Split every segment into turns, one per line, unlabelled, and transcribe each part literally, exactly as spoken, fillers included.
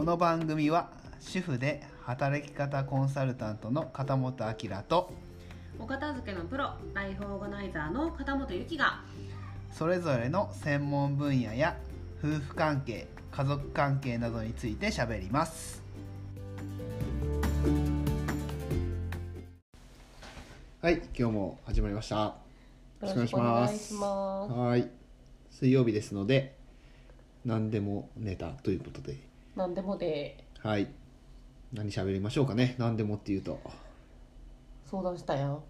の番組は主婦で働き方コンサルタントの片本明と
お片付けのプロライフオーガナイザーの片本由紀が
それぞれの専門分野や夫婦関係、家族関係などについてしゃべります。はい、今日も始まりました。よ
ろしくお願いします。
はい、水曜日ですので何でもネタということで
何でもで
はい、何喋りましょうかね。何でもっていうと
相談したよ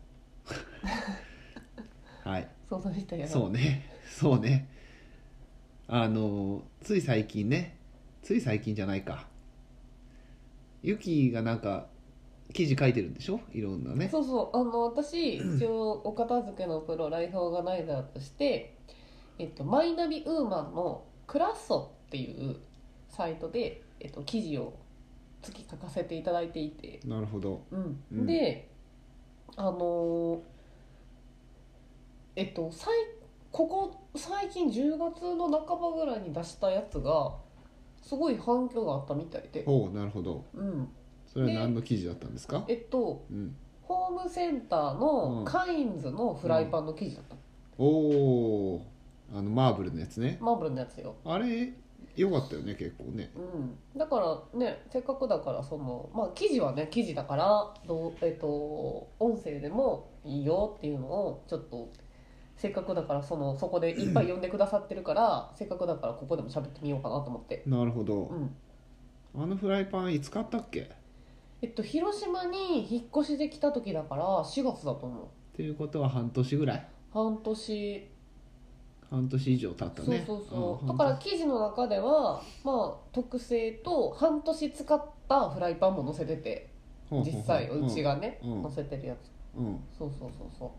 はい
相談したよ
そうねそうねあのつい最近ねつい最近じゃないかゆきがなんか記事書いてるんでしょ、いろんなね。
そうそう、あの私一応お片付けのプロライフオーガナイザーとして、えっと、マイナビウーマンのクラッソっていうサイトで、えっと、記事を月書かせていただいていて、
なるほど、
うん
うん、
であのえっと最ここ最近じゅうがつの半ばぐらいに出したやつがすごい反響があったみたいで、
おう、なるほど、
うん、
それは何の記事だったんですか？
えっと、
うん、
ホームセンターのカインズのフライパンの記事だった、
うん、おお、あのマーブルのやつね。
マーブルのやつよ。
あれ良かったよね、結構ね。
うん、だからね、せっかくだからその、まあ、記事はね記事だからどう、えっと、音声でもいいよっていうのをちょっとせっかくだからそのそこでいっぱい読んでくださってるからせっかくだからここでも喋ってみようかなと思って。
なるほど、
うん、
あのフライパンいつ買ったっけ？
えっと広島に引っ越しできた時だからしがつだと思う。
っていうことは半年ぐらい
半年
半年以上経ったね。
そうそうそう、
ん、
だから記事の中では、まあ、特性と半年使ったフライパンも載せてて、実際うちがね、うん、載せてるやつ、うん、そうそうそうそう。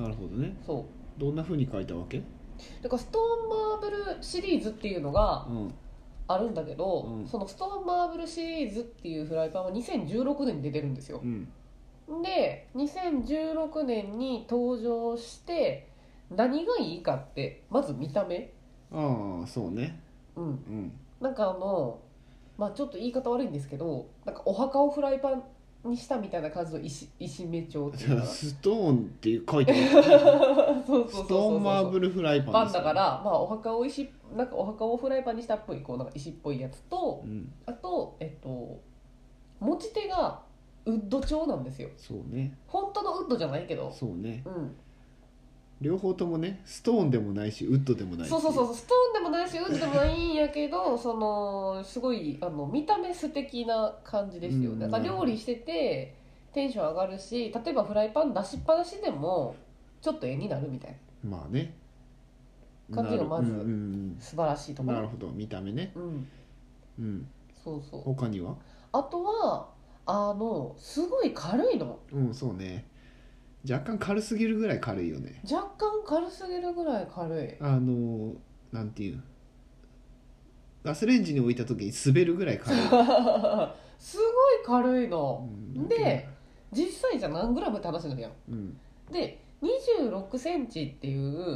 なるほどね。
そう、
どんな風に書いたわけ？
だからストーンマーブルシリーズっていうのがあるんだけど、うん、そのストーンマーブルシリーズっていうフライパンはにせんじゅうろくねんに出てるんですよ、うん、でにせんじゅうろくねんに登場して何がいいかってまず見た目。
ああ、そうね、
うん、うん、なんかあのまあちょっと言い方悪いんですけど、なんかお墓をフライパンにしたみたいな感じの石石目調っていうか
ストーンって書いてある
そうそうそうそう、
ストーンマーブルフライパン
パンだから、まあ、お墓を石なんかお墓をフライパンにしたっぽいこうなんか石っぽいやつと、うん、あとえっと持ち手がウッド調なんですよ。
そうね、
本当のウッドじゃないけど、
そうね、
うん、
両方ともね、ストーンでもないしウッドでもないし、
そうそうそう、ストーンでもないしウッドでもないんやけどそのすごいあの見た目素敵な感じですよ。だから料理しててテンション上がるし、例えばフライパン出しっぱなしでもちょっと絵になるみたいな、まあね、感じがまず素晴らしいところ。
なるほど、見た目ね、うんうん、
そうそう。
他には？あ
とはあのすごい軽いの。
うん、そうね、若干軽すぎるぐらい軽いよね。
若干軽すぎるぐらい軽い。
あのなんていう、ガスレンジに置いた時に滑るぐらい軽い
すごい軽いの、うん、で実際じゃ何グラムって話なのよ、うん、でにじゅうろくセンチっていう、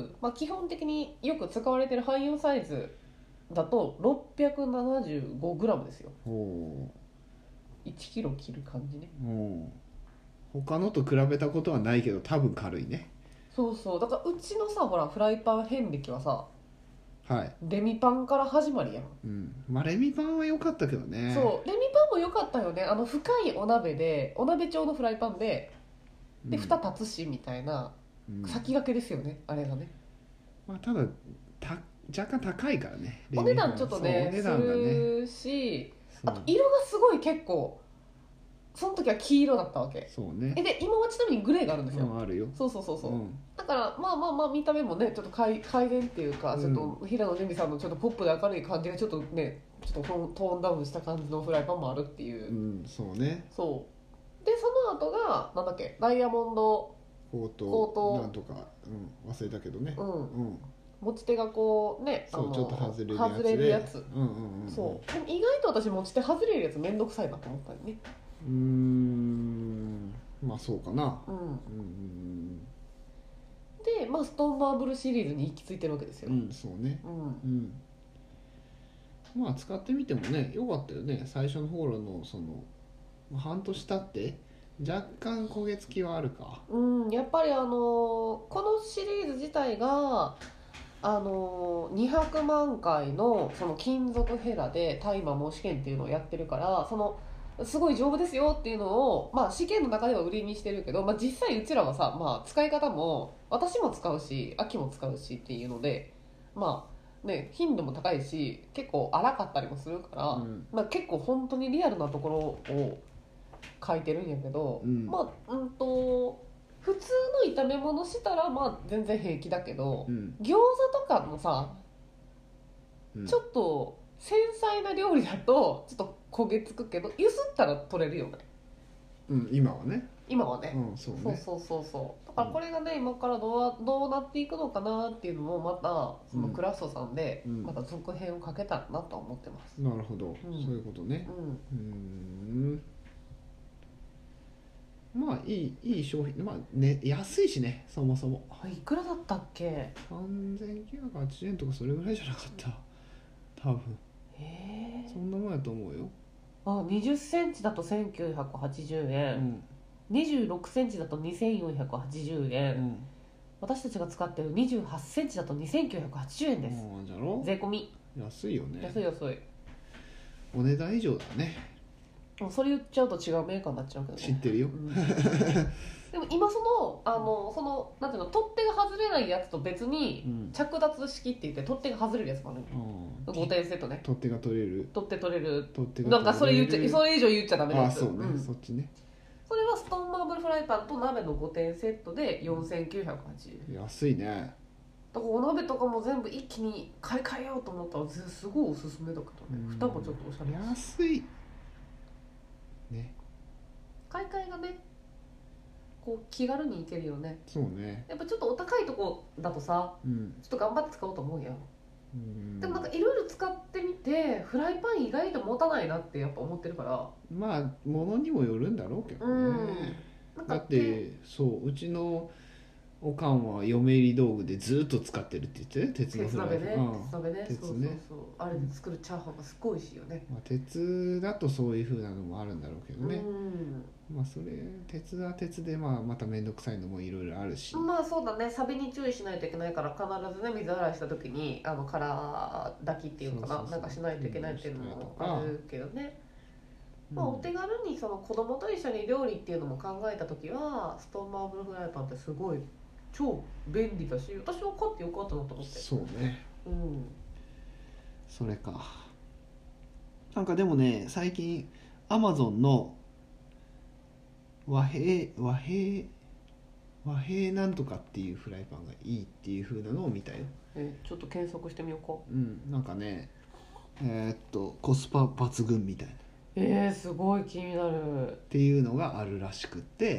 まあ、基本的によく使われてる汎用サイズだとろっぴゃくななじゅうごグラムですよ。いちキロ切る感じね。
他のと比べたことはないけど多分軽いね。
そうそう、だからうちのさほらフライパン遍歴はさ、
はい、
レミパンから始まりやん、
うん、まあレミパンは良かったけどね。
そうレミパンも良かったよね。あの深いお鍋でお鍋調のフライパンでで、うん、蓋立つしみたいな、うん、先駆けですよねあれがね。
まあただた若干高いからね、
お値段ちょっとねするし、あと色がすごい結構その時は黄色だったわけ。
そうね。
えで今はちなみにグレーがあるんですよ。
うん、あるよ。そう
そうそうそう、うん、だからまあまあまあ見た目もねちょっと改改善っていうか、うん、ちょっと平野レミさんのちょっとポップで明るい感じがちょっとねちょっとトーンダウンした感じのフライパンもあるっていう、
うん、そうね。
そうでその後がなんだっけ、ダイヤモンド
コートなんとか、うん、忘れたけどね、うんうん、
持ち手がこうね、
そうちょっと外れるやつで、
外れるやつ、うんうんうん、そうでも意外と私持ち手外れるやつめんどくさいなと思ったりね。
うーん、まあそうかな、うんうんうん、
で、まあ、ストーンマーブルシリーズに行き着いてるわけですよ。
うん、そうね、うんうん、 まあ使ってみてもね良かったよね。最初の頃のその半年経って若干焦げ付きはあるか。
うん、やっぱりあのこのシリーズ自体があのにひゃくまんかいのその金属ヘラで大麻模試験っていうのをやってるから、そのすごい丈夫ですよっていうのを、まあ、試験の中では売りにしてるけど、まあ、実際うちらはさ、まあ、使い方も私も使うし秋も使うしっていうので、まあね、頻度も高いし結構荒かったりもするから、
うん
まあ、結構本当にリアルなところを書いてるんやけど、
うん
まあうんと普通の炒め物したらまあ全然平気だけど、
うん
餃子とかのさ
うん
ちょっと繊細な料理だとちょっと焦げつくけどゆすったら取れるよね
うん今はね。
今はね、
うんそうね。
そうそうそうそうだからこれがね今からどうどうなっていくのかなっていうのもまたそのクラストさんで
うん
また続編をかけたらなと思ってます。
なるほど、
ん
そういうことね。
うん
うーんまあいいいい商品、まあね安いしね、そもそも
あいくらだったっけ？
さんぜんきゅうひゃくはちじゅうえんとかそれぐらいじゃなかった多分。
へえ
そんなもんやと思うよ。
あにじゅっセンチだとせんきゅうひゃくはちじゅうえん、
うん
にじゅうろくセンチだとにせんよんひゃくはちじゅうえん、
うん
私たちが使ってるにじゅうはちセンチだとにせんきゅうひゃくはちじゅうえんです。
ああじゃろ。
税込み
安いよね。
安い安い。
お値段以上だね。
もうそれ言っちゃうと違うメーカーになっちゃうけどね、
知ってるよ。
うんでも今そのあのそのなんていうの取っ手が外れないやつと別に
うん
着脱式って言って取っ手が外れるやつもある
あ
のごてんセットね。
取っ手が取れる。
取って取れる
取っ手が取れる。
なんかそれ言っちゃそれ以上言っちゃダメなやつ。
ああそうね、
ん
そっちね。
それはストーンマーブルフライパンと鍋のごてんセットでよんせんきゅうひゃくはちじゅうえん。
安いね。
だからお鍋とかも全部一気に買い替えようと思ったらすすごいおすすめだけどね。
うん
蓋もちょっとおしゃれ。
安いね。
買い替えがねこう気軽にいけるよね。
そうね。
やっぱちょっとお高いとこだとさ
うん
ちょっと頑張って使おうと思うやん。
うん
でもなんかいろいろ使ってみてフライパン意外と持たないなってやっぱ思ってるから
まあ物にもよるんだろうけど
うん
ね。
なんか
だってそううちのおかんは嫁入り道具でずっと使ってるって言って鉄のフライ
鉄鍋ね
うん
鉄鍋ね
鉄ね
そうそうそうあれで作るチャーハンがすっごい美味しいよね。
まあ、鉄だとそういう風なのもあるんだろうけどね、
うん
まあそれ鉄は鉄で、まあ、また面倒くさいのもいろいろあるし、
まあそうだねサビに注意しないといけないから必ずね水洗いした時にあの空炊きっていうかな
そうそうそう
なんかしないといけないっていうのもあるけどね、
うん
まあ、お手軽にその子供と一緒に料理っていうのも考えた時はストーンマーブルフライパンってすごい超便利だし私は買ってよかったなと思って。
そうね。
うん
それか。なんかでもね最近アマゾンの和平和平和平なんとかっていうフライパンがいいっていう風なのを見たよ。
えちょっと検索してみようか。
うんなんかねえーっとコスパ抜群みたいなっ
えー、すごい気になる。
ていうのがあるらしくって、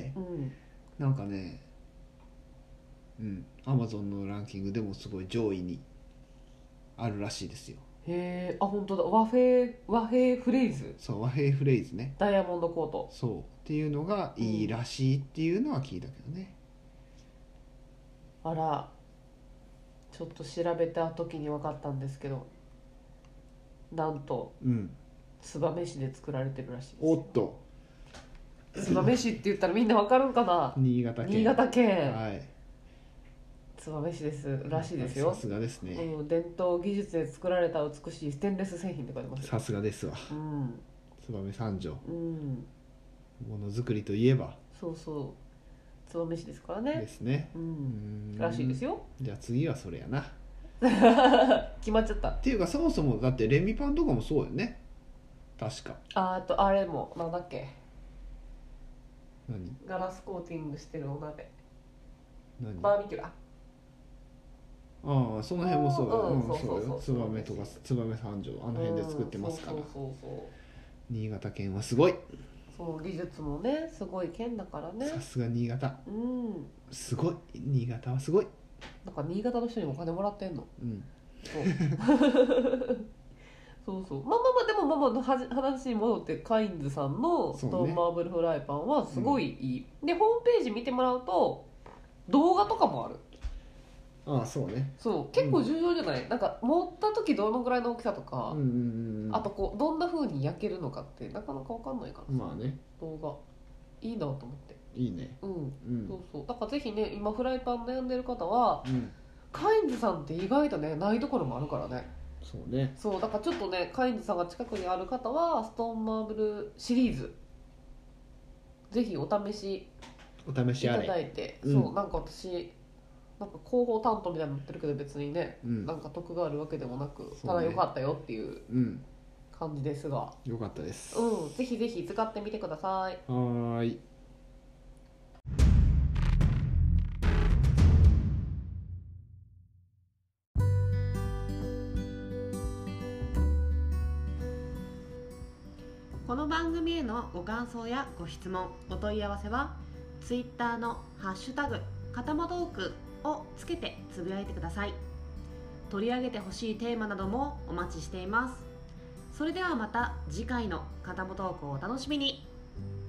うん
なんかねうんアマゾンのランキングでもすごい上位にあるらしいですよ。
へえあ本当だ和平和平フレーズ
そう和平フレーズね。
ダイヤモンドコート。
そうっていうのがいいらしいっていうのは聞いたけどね。
あらちょっと調べた時に分かったんですけどなんと
うん
燕市で作られてるらしいですよ。
おっと
燕市って言ったらみんな分かるんかな。
新潟県
新潟県
はい
燕市ですらしいですよ
さ。すがですね。
うん、伝統技術で作られた美しいステンレス製品って書いてますよ。
さすがですわ。
うん
燕三条
うん
ものづくりといえば
そうそう燕市ですからね
ですね。
う
うんん
らしいですよ。
じゃあ次はそれやな。っ
決まっちゃった。
ていうかそもそもだってレミパンとかもそうよね確か。
ああとあれもなんだっけ
何
ガラスコーティングしてるお鍋
何
バーベキューだ。
ああその辺もそうよ。
うん
うんそうよ。
そうそうそう
燕とか燕三条あの辺で作ってますから。
うんそうそうそう
新潟県はすごい。
そうそう技術もねすごい県だからね。
さすが新潟。
うん
すごい新潟はすごい。
なんか新潟の人にもお金もらってんの。
うん
そうそうそうまあまあまあでもまあまあはじ話に戻ってカインズさんのストーンマーブルフライパンはすごいいい、でホームページ見てもらうと動画とかもある。
ああそうね。
そう結構重要じゃない、うん、なんか持った時どのぐらいの大きさとか、
うんうんうん、
あとこうどんな風に焼けるのかってなかなか分かんないから
まあね、
動画いいなと思って。
いいね。
うん、
うん、
そうそうだからぜひね今フライパン悩んでる方は、
うん、
カインズさんって意外とねないところもあるからね。
そうね。
そうだからちょっとねカインズさんが近くにある方はストーンマーブルシリーズぜひお試し
お試しあれ
いただいて、
うん、
そうなんか私なんか広報担当みたいになってるけど別にね、うん、なんか得があるわけでもなく、ね、ただ良かったよっていう感じですが、
うん、良かったです。
うん、ぜひぜひ使ってみてください。
はーい。
この番組へのご感想やご質問、お問い合わせは Twitter のハッシュタグかたまトークをつけてつぶやいてください。取り上げてほしいテーマなどもお待ちしています。それではまた次回のかたまトークをお楽しみに。